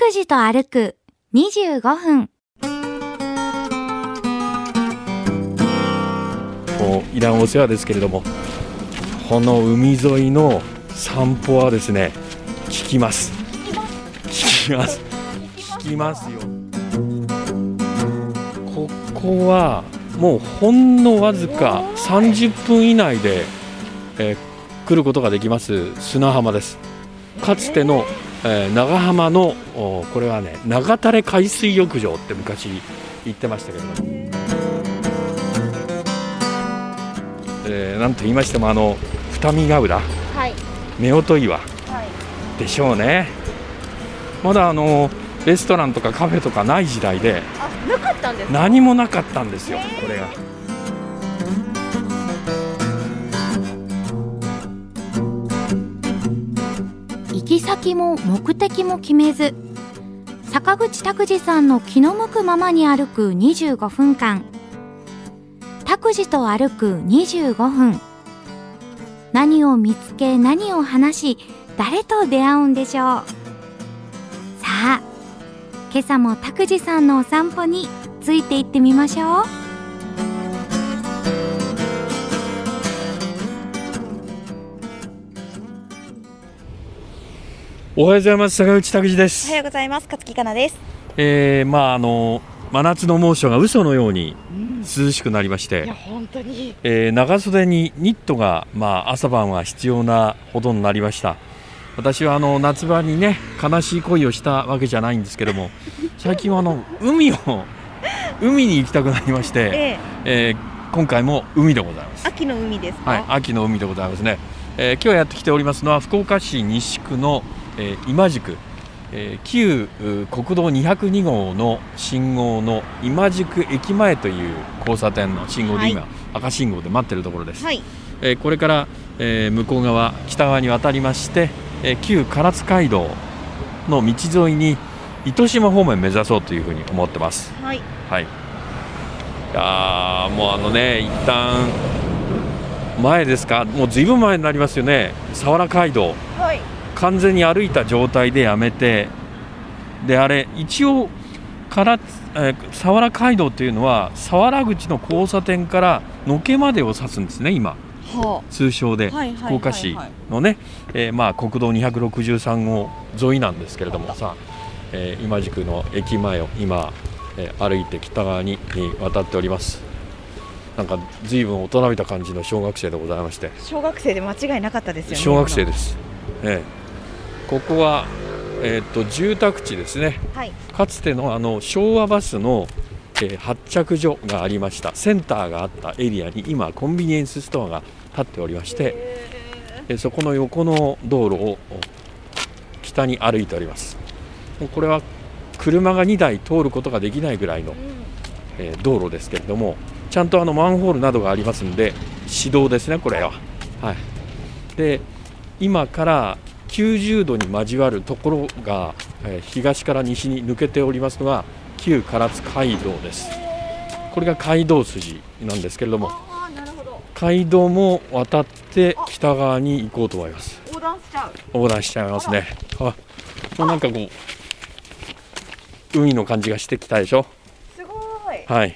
拓司と歩く25分。 いらんお世話ですけれども、この海沿いの散歩はですね、効きます。効きますよ。ここはもうほんのわずか30分以内で、来ることができます砂浜です。かつての、長浜のこれはね、長垂海水浴場って昔言ってましたけども、なんと言いましても二見ヶ浦、はい、夫婦岩でしょうね。まだレストランとかカフェとかない時代で、 なかったんですか？ 何もなかったんですよ、これが。 行き先も目的も決めず、坂口拓司さんの気の向くままに歩く25分間。拓司と歩く25分。何を見つけ、何を話し、誰と出会うんでしょう。さあ、今朝も拓司さんのお散歩について行ってみましょう。 おはようございます。坂口拓司です。 おはようございます。勝木かなです。 真夏の猛暑が嘘のように涼しくなりまして、 いや本当に、 長袖にニットが、朝晩は必要なほどになりました。私は夏場にね、悲しい恋をしたわけじゃないんですけども、最近は海に行きたくなりまして、今回も海でございます。 秋の海ですか？ はい、秋の海でございますね。今日やってきておりますのは福岡市西区の、今宿、旧国道202号の信号の今宿駅前という交差点の信号で、今、赤信号で待っているところです。はい、これから、向こう側北側に渡りまして、旧唐津街道の道沿いに糸島方面目指そうというふうに思ってます。はい、はい、いやもう一旦前ですか、もうずいぶん前になりますよね。佐原街道、はい、完全に歩いた状態でやめて、であれ一応佐原街道というのは佐原口の交差点から野毛までを指すんですね、今、通称で、福岡市のね、国道263号沿いなんですけれどもさ、今宿の駅前を今、歩いて北側に渡っております。なんか随分大人びた感じの小学生でございまして。 小学生で間違いなかったですよね。 小学生です。ここは、住宅地ですね。はい、かつての昭和バスの、発着所がありました。センターがあったエリアに今コンビニエンスストアが建っておりまして、そこの横の道路を北に歩いております。これは車が2台通ることができないぐらいの、道路ですけれども、ちゃんとマンホールなどがありますので市道ですね、これは。はい、で今から90度に交わるところが、東から西に抜けておりますのが旧唐津街道です。これが街道筋なんですけれども、街道も渡って北側に行こうと思います。横断しちゃいますね。もうなんかこう海の感じがしてきたでしょ。 すごい。 はい。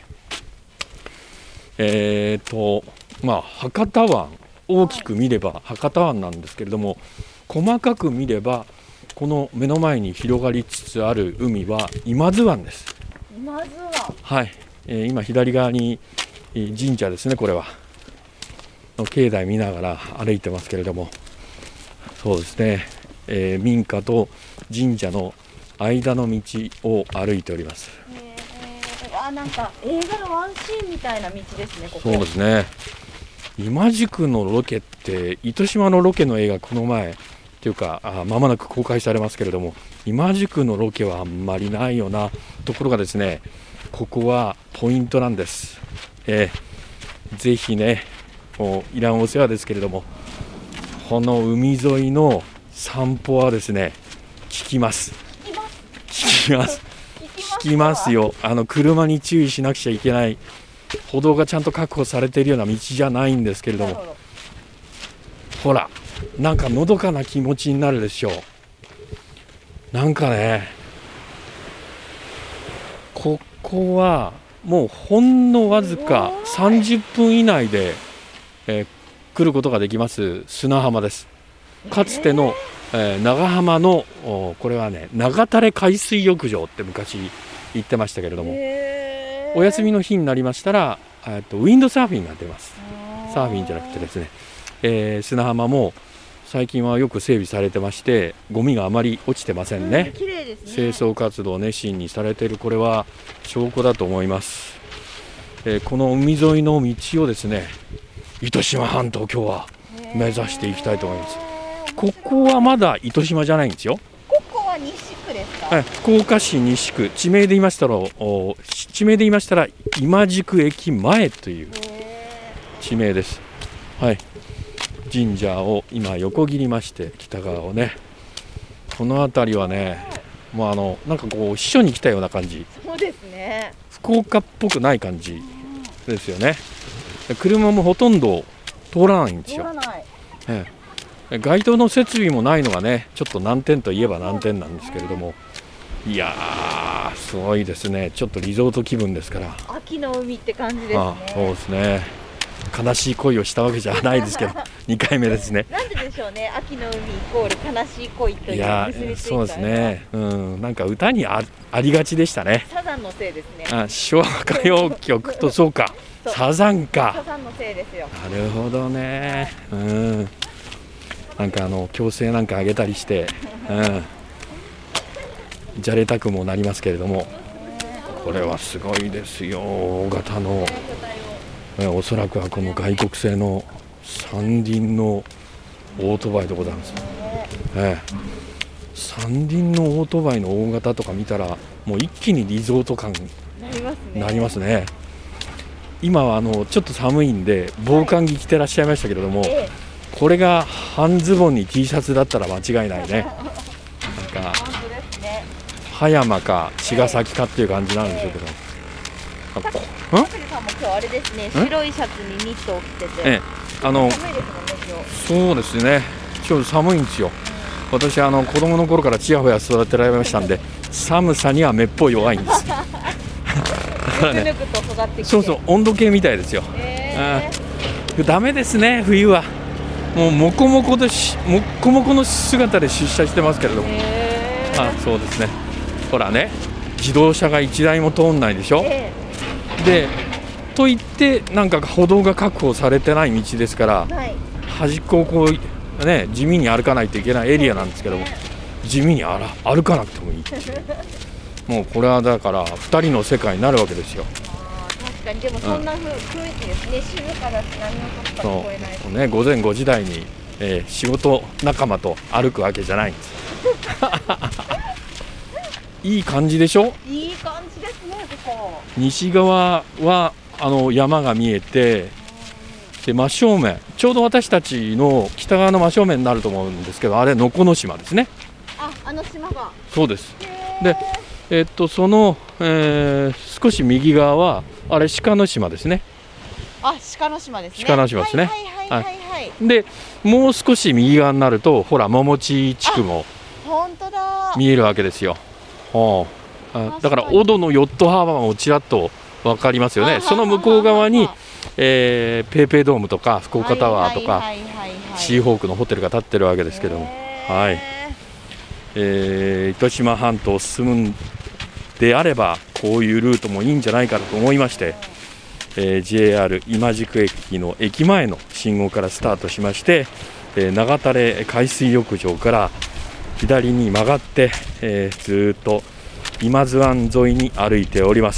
博多湾、大きく見れば博多湾なんですけれども、細かく見ればこの目の前に広がりつつある海は今津湾です。 今津湾、 はい、今左側に神社ですね、これはの境内見ながら歩いてますけれども、そうですね、民家と神社の間の道を歩いております。 なんか映画のワンシーンみたいな道ですね、ここ。 そうですね。今宿のロケって糸島のロケの映画この前というか間もなく公開されますけれども、今宿のロケはあんまりないようなところがですね、ここはポイントなんです。ぜひね、もういらんお世話ですけれども、この海沿いの散歩はですね、効きます。効きますよ。車に注意しなくちゃいけない歩道がちゃんと確保されているような道じゃないんですけれども、ほら、なんかのどかな気持ちになるでしょう。なんかね、 ここはもうほんのわずか30分以内で、来ることができます砂浜です。かつての、長浜のこれはね長垂海水浴場って昔言ってましたけれども、お休みの日になりましたらウィンドサーフィンが出ます。サーフィンじゃなくてですね、砂浜も最近はよく整備されてましてゴミがあまり落ちてませんね。 綺麗ですね。 清掃活動を熱心にされている、これは証拠だと思います。この海沿いの道をですね糸島半島、今日は目指していきたいと思います。ここはまだ糸島じゃないんですよ。 ここは西区ですか？ 福岡市西区、地名で言いましたら今宿駅前という地名です。はい、神社を今横切りまして北側をね、この辺りはねもうなんかこう避暑に来たような感じ。 そうですね。 福岡っぽくない感じですよね。車もほとんど通らないんですよ。 通らない。 街灯の設備もないのがねちょっと難点といえば難点なんですけれども、いやーすごいですね。ちょっとリゾート気分ですから。 秋の海って感じですね。 そうですね。悲しい恋をしたわけじゃないですけど2回目ですね。 なんででしょうね。秋の海イコール悲しい恋という。 いやそうですね、なんか歌に ありがちでしたね。 サザンのせいですね。 昭和歌謡曲とそうかサザンか。 サザンのせいですよ。 なるほどね。なんか矯正なんかあげたりして、じゃれたくもなりますけれども、これはすごいですよ。大型の、おそらくはこの外国製の三輪のオートバイでございます。三輪のオートバイの大型とか見たらもう一気にリゾート感になりますね。今はちょっと寒いんで防寒着着てらっしゃいましたけれども、これが半ズボンに T シャツだったら間違いないね。なんか葉山か茅ヶ崎かっていう感じなんでしょうけど、 タクさんも今日あれですね、白いシャツにニットを着てて、寒いですもんね今日。 そうですね、ちょっと寒いんですよ。私子供の頃からちやほや育てられましたんで寒さにはめっぽい弱いんです。 ぬくと育ってきて。 そうそう、温度計みたいですよ。ダメですね冬は。もうモコモコの姿で出社してますけれども、そうですね。ほらね、自動車が1台も通んないでしょ。でといってなんか歩道が確保されてない道ですから、端っこをこうね地味に歩かないといけないエリアなんですけども、地味に歩かなくてもいいっていうもうこれはだから2人の世界になるわけですよ。 確かに。でもそんな雰囲気ですね。静かだし何のことか聞こえないですね。午前5時台に、仕事仲間と歩くわけじゃないんですいい感じでしょ。 いい感じですね。ここ西側は山が見えて、で真正面ちょうど私たちの北側の真正面になると思うんですけど、あれ能古島ですね。 島が。 そうです。でその、少し右側はあれ鹿の島ですね。 鹿の島ですね。 鹿の島ですね。でもう少し右側になるとほら桃地地区も見えるわけですよ。だから小戸のヨットハーバーもちらっと分かりますよね。その向こう側にペイペイドームとか福岡タワーとかシーホークのホテルが建ってるわけですけども、糸島半島を進むんであればこういうルートもいいんじゃないかと思いまして、JR 今宿駅の駅前の信号からスタートしまして、長垂海水浴場から左に曲がって、ずっと今津湾沿いに歩いております。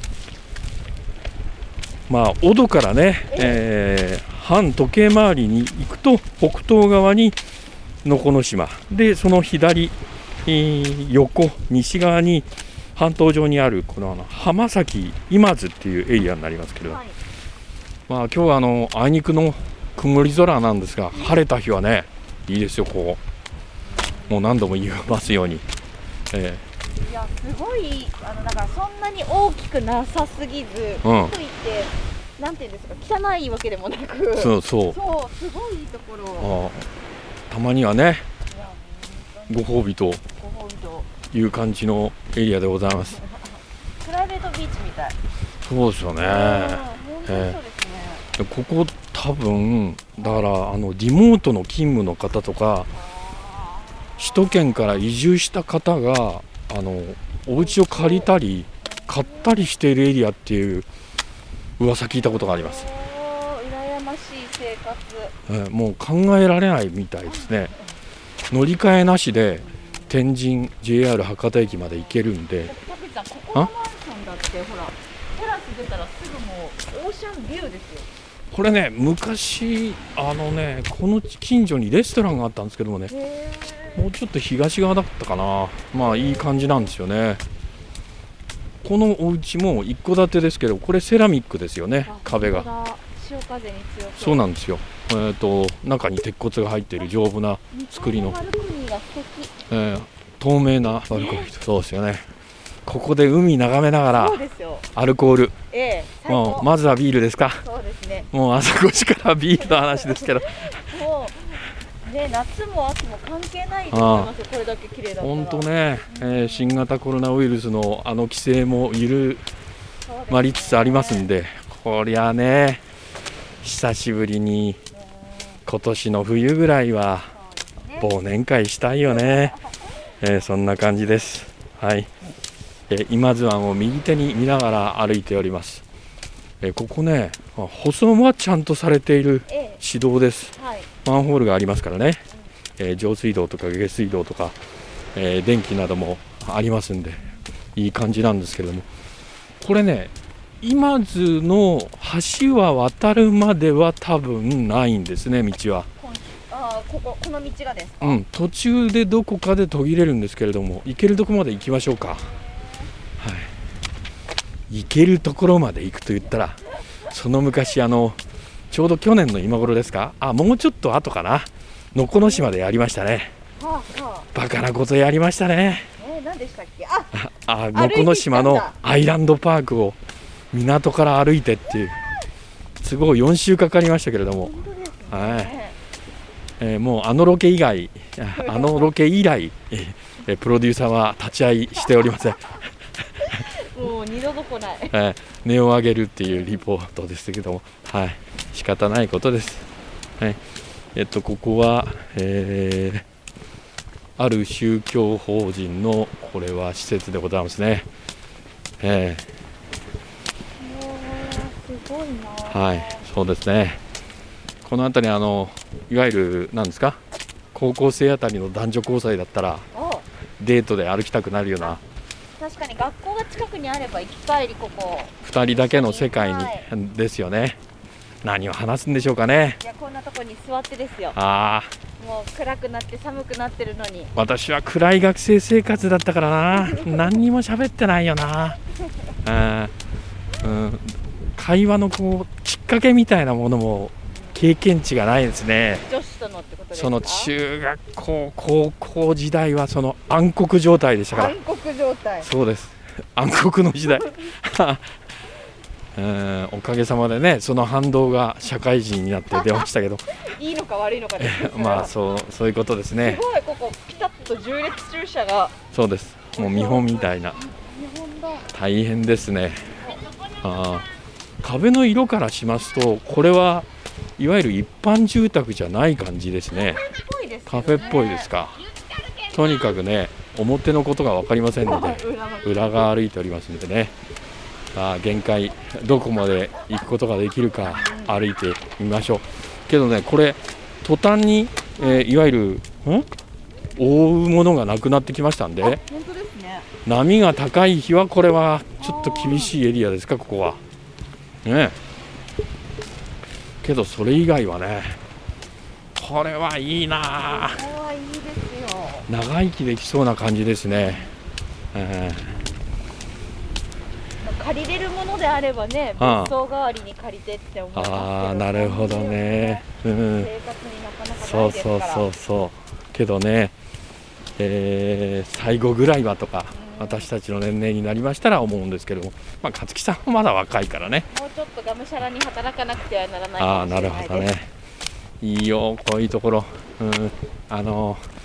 小戸からね、反時計回りに行くと北東側に能古の島で、その左、横西側に半島上にあるこの浜崎今津っていうエリアになりますけれど、今日はあいにくの曇り空なんですが、晴れた日はねいいですよ。こうもう何度も言いますように、 いやすごいだからそんなに大きくなさすぎず、かといってなんていうんですか、汚いわけでもなく、そうすごいいいところ。 たまにはねご褒美という感じのエリアでございます。 暗レートビーチみたい。 そうですよね。 本当にそうですね。 ここ多分だからリモートの勤務の方とか首都圏から移住した方がお家を借りたり買ったりしているエリアっていう噂聞いたことがあります。 羨ましい生活。 もう考えられないみたいですね。乗り換えなしで天神 JR 博多駅まで行けるんで。 田口さん、ここのマンションだってほらテラス出たらすぐもうオーシャンビューですよ。 これね、昔この近所にレストランがあったんですけどもね、もうちょっと東側だったかな。まあいい感じなんですよね。このお家も一戸建てですけど、これセラミックですよね。壁が潮風に強そう。 そうなんですよ。中に鉄骨が入っている丈夫な作りの、透明なバルコニー。そうですよね。ここで海眺めながらアルコール、もうまずはビールですか。 そうですね。 もう朝5時からビールの話ですけどもうね、夏も秋も関係ないと思いますよ。これだけ綺麗だったら。 本当ね、新型コロナウイルスの規制も緩まりつつありますんで、こりゃね、久しぶりに今年の冬ぐらいは忘年会したいよね。そんな感じです。はい。今津湾を右手に見ながら歩いております。ここね、舗装はちゃんとされている市道です。マンホールがありますからね、上水道とか下水道とか、電気などもありますんでいい感じなんですけれども、これね、今津の橋は渡るまでは多分ないんですね、道は。 この道がですか。 途中でどこかで途切れるんですけれども、行けるところまで行きましょうか。行けるところまで行くと言ったら、その昔ちょうど去年の今頃ですか、もうちょっと後かな、能古島でやりましたね。バカなことやりましたね。 何でしたっけ。 能古島のアイランドパークを港から歩いてっていう、都合4週かかりましたけれども、もうロケ以来プロデューサーは立ち会いしておりません。 もう二度と来ない。 値を上げるっていうリポートですけども、仕方ないことです。ここは、ある宗教法人のこれは施設でございますね。 すごいな。 そうですね。この辺りいわゆる何ですか、高校生あたりの男女交際だったらデートで歩きたくなるような。 確かに学校が近くにあれば行き帰りここ 2人だけの世界に、ですよね。何を話すんでしょうかね。 いや、こんなとこに座ってですよ。もう暗くなって寒くなってるのに。 私は暗い学生生活だったからな何にも喋ってないよな会話のきっかけみたいなものも経験値がないですね。 女子とのってことですか。 その中学校高校時代はその暗黒状態でしたから。 暗黒状態。 そうです、暗黒の時代おかげさまでね、その反動が社会人になって出ましたけどいいのか悪いのかです。 そういうことですね。 すごい、ここピタッと縦列駐車が。 そうです、もう見本みたいな。大変ですね。壁の色からしますと、これはいわゆる一般住宅じゃない感じですね。カフェっぽいですか。とにかくね、表のことが分かりませんので裏側歩いておりますのでね、限界どこまで行くことができるか歩いてみましょう。けどね、これ途端に、いわゆる覆うものがなくなってきましたんで、 本当ですね。 波が高い日はこれはちょっと厳しいエリアですか、ここはね。けどそれ以外はね、これはいいな。 これはいいですよ。 長生きできそうな感じですね。 借りれるものであればね、別荘代わりに借りてって思いますけど。 なるほどね。 生活になかなかないですから。 そうけどね、最後ぐらいはとか、私たちの年齢になりましたら思うんですけども、勝木さんはまだ若いからね。 もうちょっとがむしゃらに働かなくてはならないかもしれないです。 なるほどね。いいよ、こういうところ。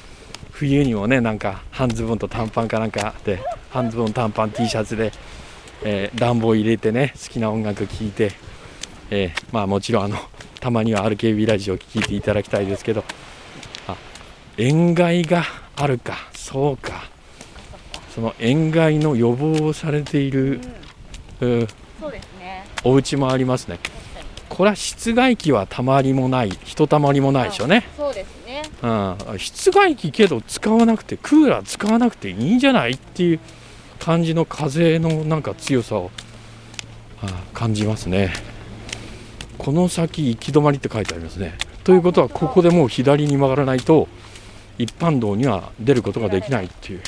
冬にもね、なんか半ズボンと短パンかなんかで、半ズボン短パン T シャツで暖房入れてね、好きな音楽聴いて、まあもちろんたまには RKB ラジオ聴いていただきたいですけど、塩害があるか、そうか、その塩害の予防をされている、 そうですね、 お家もありますね。これは室外機はたまりもない、ひとたまりもないでしょうね。 そうですね、 室外機けど使わなくて、クーラー使わなくていいんじゃないっていう感じの風のなんか強さを感じますね。この先行き止まりって書いてありますね。ということはここでもう左に曲がらないと一般道には出ることができないっていう。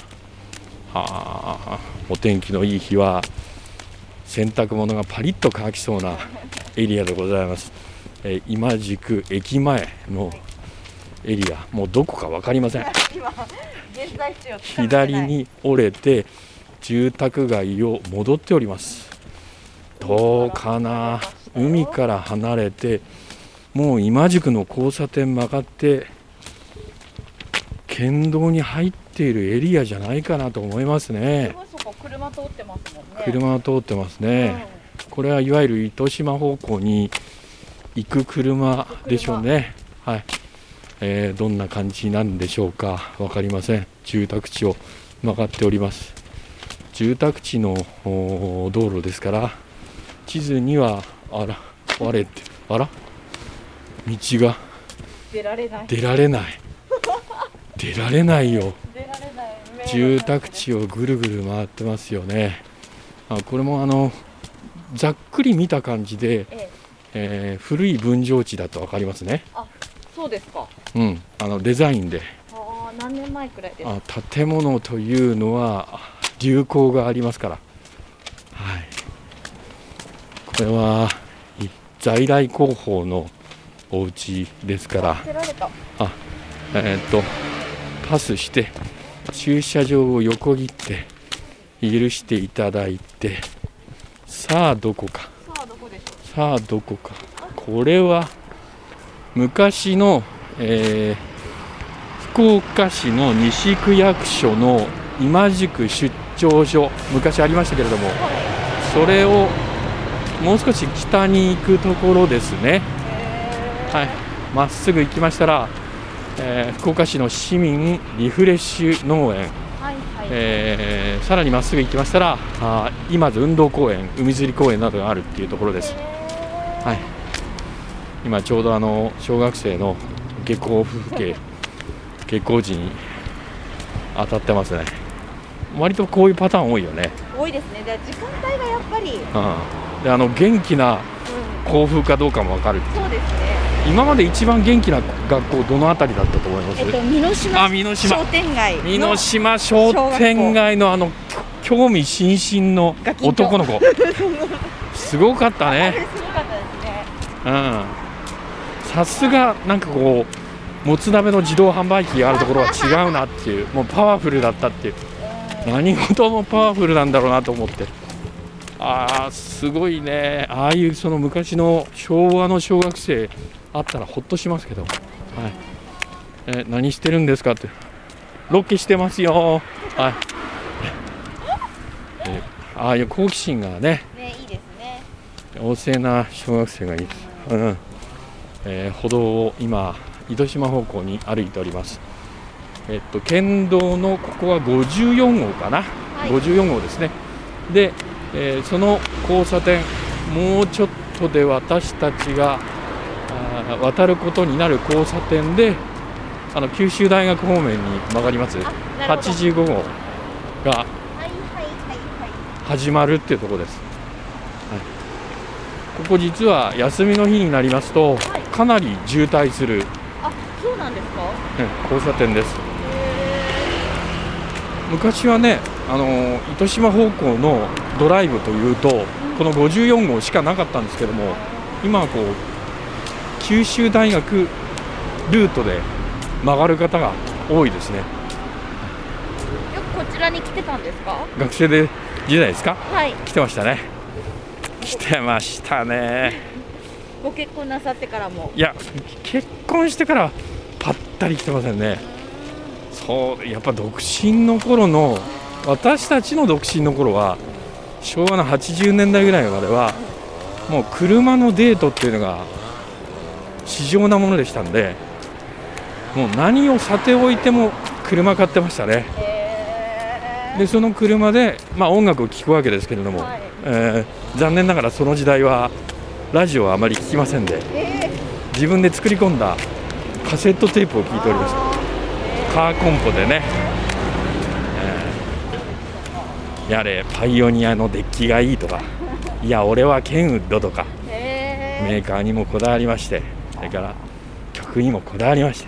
お天気のいい日は洗濯物がパリッと乾きそうなエリアでございます。今宿駅前のエリア、もうどこか分かりません。左に折れて住宅街を戻っております。どうかな、海から離れてもう今宿の交差点曲がって県道に入っているエリアじゃないかなと思いますね。 車通ってますもんね。 車通ってますね、これはいわゆる糸島方向に行く車でしょうね。はい、どんな感じなんでしょうか、分かりません。住宅地を曲がっております。住宅地の道路ですから地図には道が出られないよ。住宅地をぐるぐる回ってますよね。これもざっくり見た感じで、古い分譲地だと分かりますね。 そうですか。 デザインで。 何年前くらいですか。 建物というのは流行がありますから。はい。これは在来工法のお家ですから。パスして駐車場を横切って許していただいて、さあどこか、これは昔の、福岡市の西区役所の今宿出張所、昔ありましたけれども、それをもう少し北に行くところですね。はい、まっすぐ行きましたら、福岡市の市民リフレッシュ農園、さらにまっすぐ行きましたら今津運動公園、海釣り公園などがあるっていうところです。はい、今ちょうど小学生の下校時に当たってますね。割とこういうパターン多いよね。 多いですね。で時間帯がやっぱり、 で元気な校風かどうかも分かる。 そうですね。 今まで一番元気な学校どのあたりだったと思います？ 美濃島商店街。 美濃島商店街の興味津々の男の子すごかったね。 すごかったですね。 さすがなんかこうもつ鍋の自動販売機があるところは違うなっていう、もうパワフルだったっていう、何事もパワフルなんだろうなと思って、すごいね。ああいうその昔の昭和の小学生あったらほっとしますけど、何してるんですかって、ロケしてますよ。はい。ああいう好奇心がね、 いいですね。 旺盛な小学生がいいです。歩道を今糸島方向に歩いております。県道のここは54号かな、54号ですね。で、その交差点、もうちょっとで私たちが渡ることになる交差点で九州大学方面に曲がります85号が始まるっていうところです。ここ実は休みの日になりますとかなり渋滞する、 そうなんですか？ 交差点です。昔はね、糸島方向のドライブというとこの54号しかなかったんですけども、今はこう九州大学ルートで曲がる方が多いですね。よくこちらに来てたんですか？ 学生で時代ですか？ はい、 来てましたね。来てましたね。 ご結婚なさってからも？ いや、結婚してからぱったり来てませんね。そう、やっぱ独身の頃の、私たちの独身の頃は昭和の80年代ぐらいまではもう車のデートっていうのが至上なものでしたんで、もう何をさておいても車買ってましたね。でその車で、音楽を聴くわけですけれども、残念ながらその時代はラジオはあまり聴きませんで、自分で作り込んだカセットテープを聴いておりました。カーコンポでね、やれパイオニアのデッキがいいとか、いや俺はケンウッドとか、メーカーにもこだわりまして、それから曲にもこだわりまして、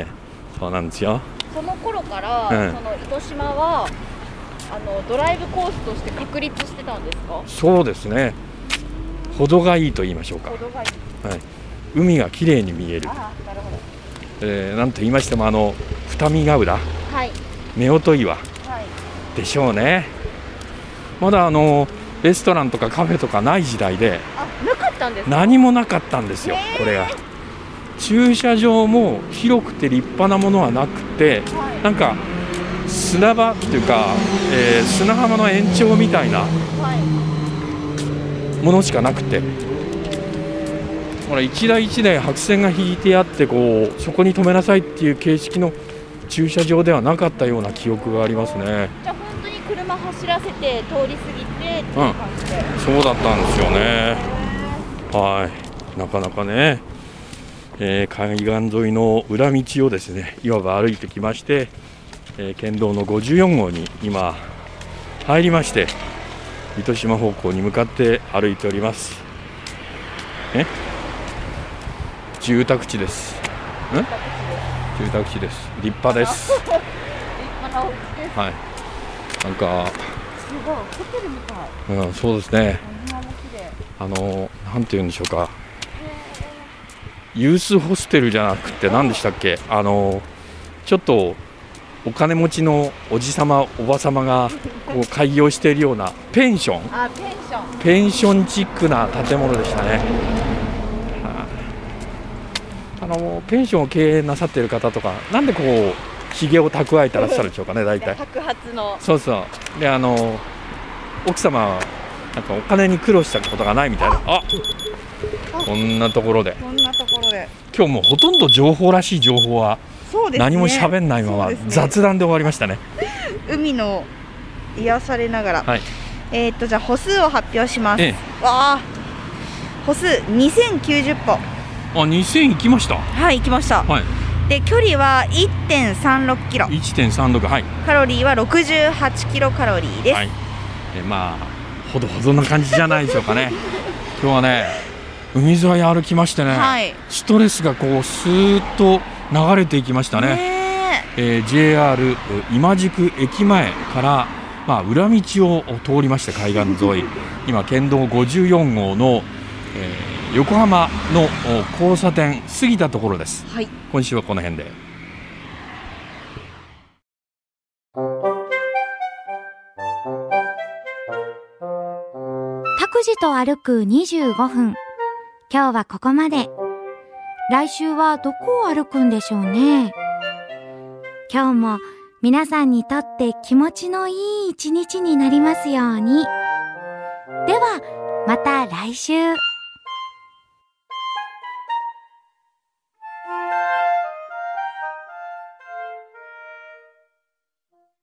そうなんですよ。 その頃から、その糸島はドライブコースとして確立してたんですか？ そうですね、程がいいと言いましょうか。 程がいい、 海がきれいに見える。 なるほど、なんと言いましても二見ヶ浦、夫婦岩でしょうね。まだレストランとかカフェとかない時代で、 なかったんですか？ 何もなかったんですよ。これが駐車場も広くて立派なものはなくて、なんか砂場っていうか、砂浜の延長みたいなものしかなくて、ほら一台一台白線が引いてあって、こうそこに止めなさいっていう形式の駐車場ではなかったような記憶がありますね。 じゃあ本当に車走らせて通り過ぎてっていう感じで、 そうだったんですよね。なかなかね、海岸沿いの裏道をですね、いわば歩いてきまして、県道の54号に今入りまして、糸島方向に向かって歩いております。住宅地です。住宅地です。立派です。 立派なお家です。 なんかすごいホテルみたい。 そうですね。 なんて言うんでしょうか。ユースホステルじゃなくて何でしたっけ、ちょっとお金持ちのおじさまおばさまがこう開業しているようなペンションチックな建物でしたね。ペンションを経営なさっている方とか、なんでこうひげを蓄えてらっしゃるんでしょうかね。大体白髪の、 そうで、奥様はなんかお金に苦労したことがないみたいな。こんなところで今日もほとんど情報らしい情報は何も喋んないまま雑談で終わりましたね。 海の癒されながら、じゃあ歩数を発表します。歩数2090歩。 2000行きました。 行きました。で距離は 1.36 キロ。 1.36、 カロリーは68キロカロリーです。 ほどほどな感じじゃないでしょうかね。今日はね、海沿い歩きましてね、ストレスがこうスーッと流れていきましたね。JR 今宿駅前から、裏道を通りまして、海岸沿い今県道54号の、横浜の交差点過ぎたところです。今週はこの辺で。 拓司と歩く25分。今日はここまで。来週はどこを歩くんでしょうね。今日も皆さんにとって気持ちのいい一日になりますように。ではまた来週。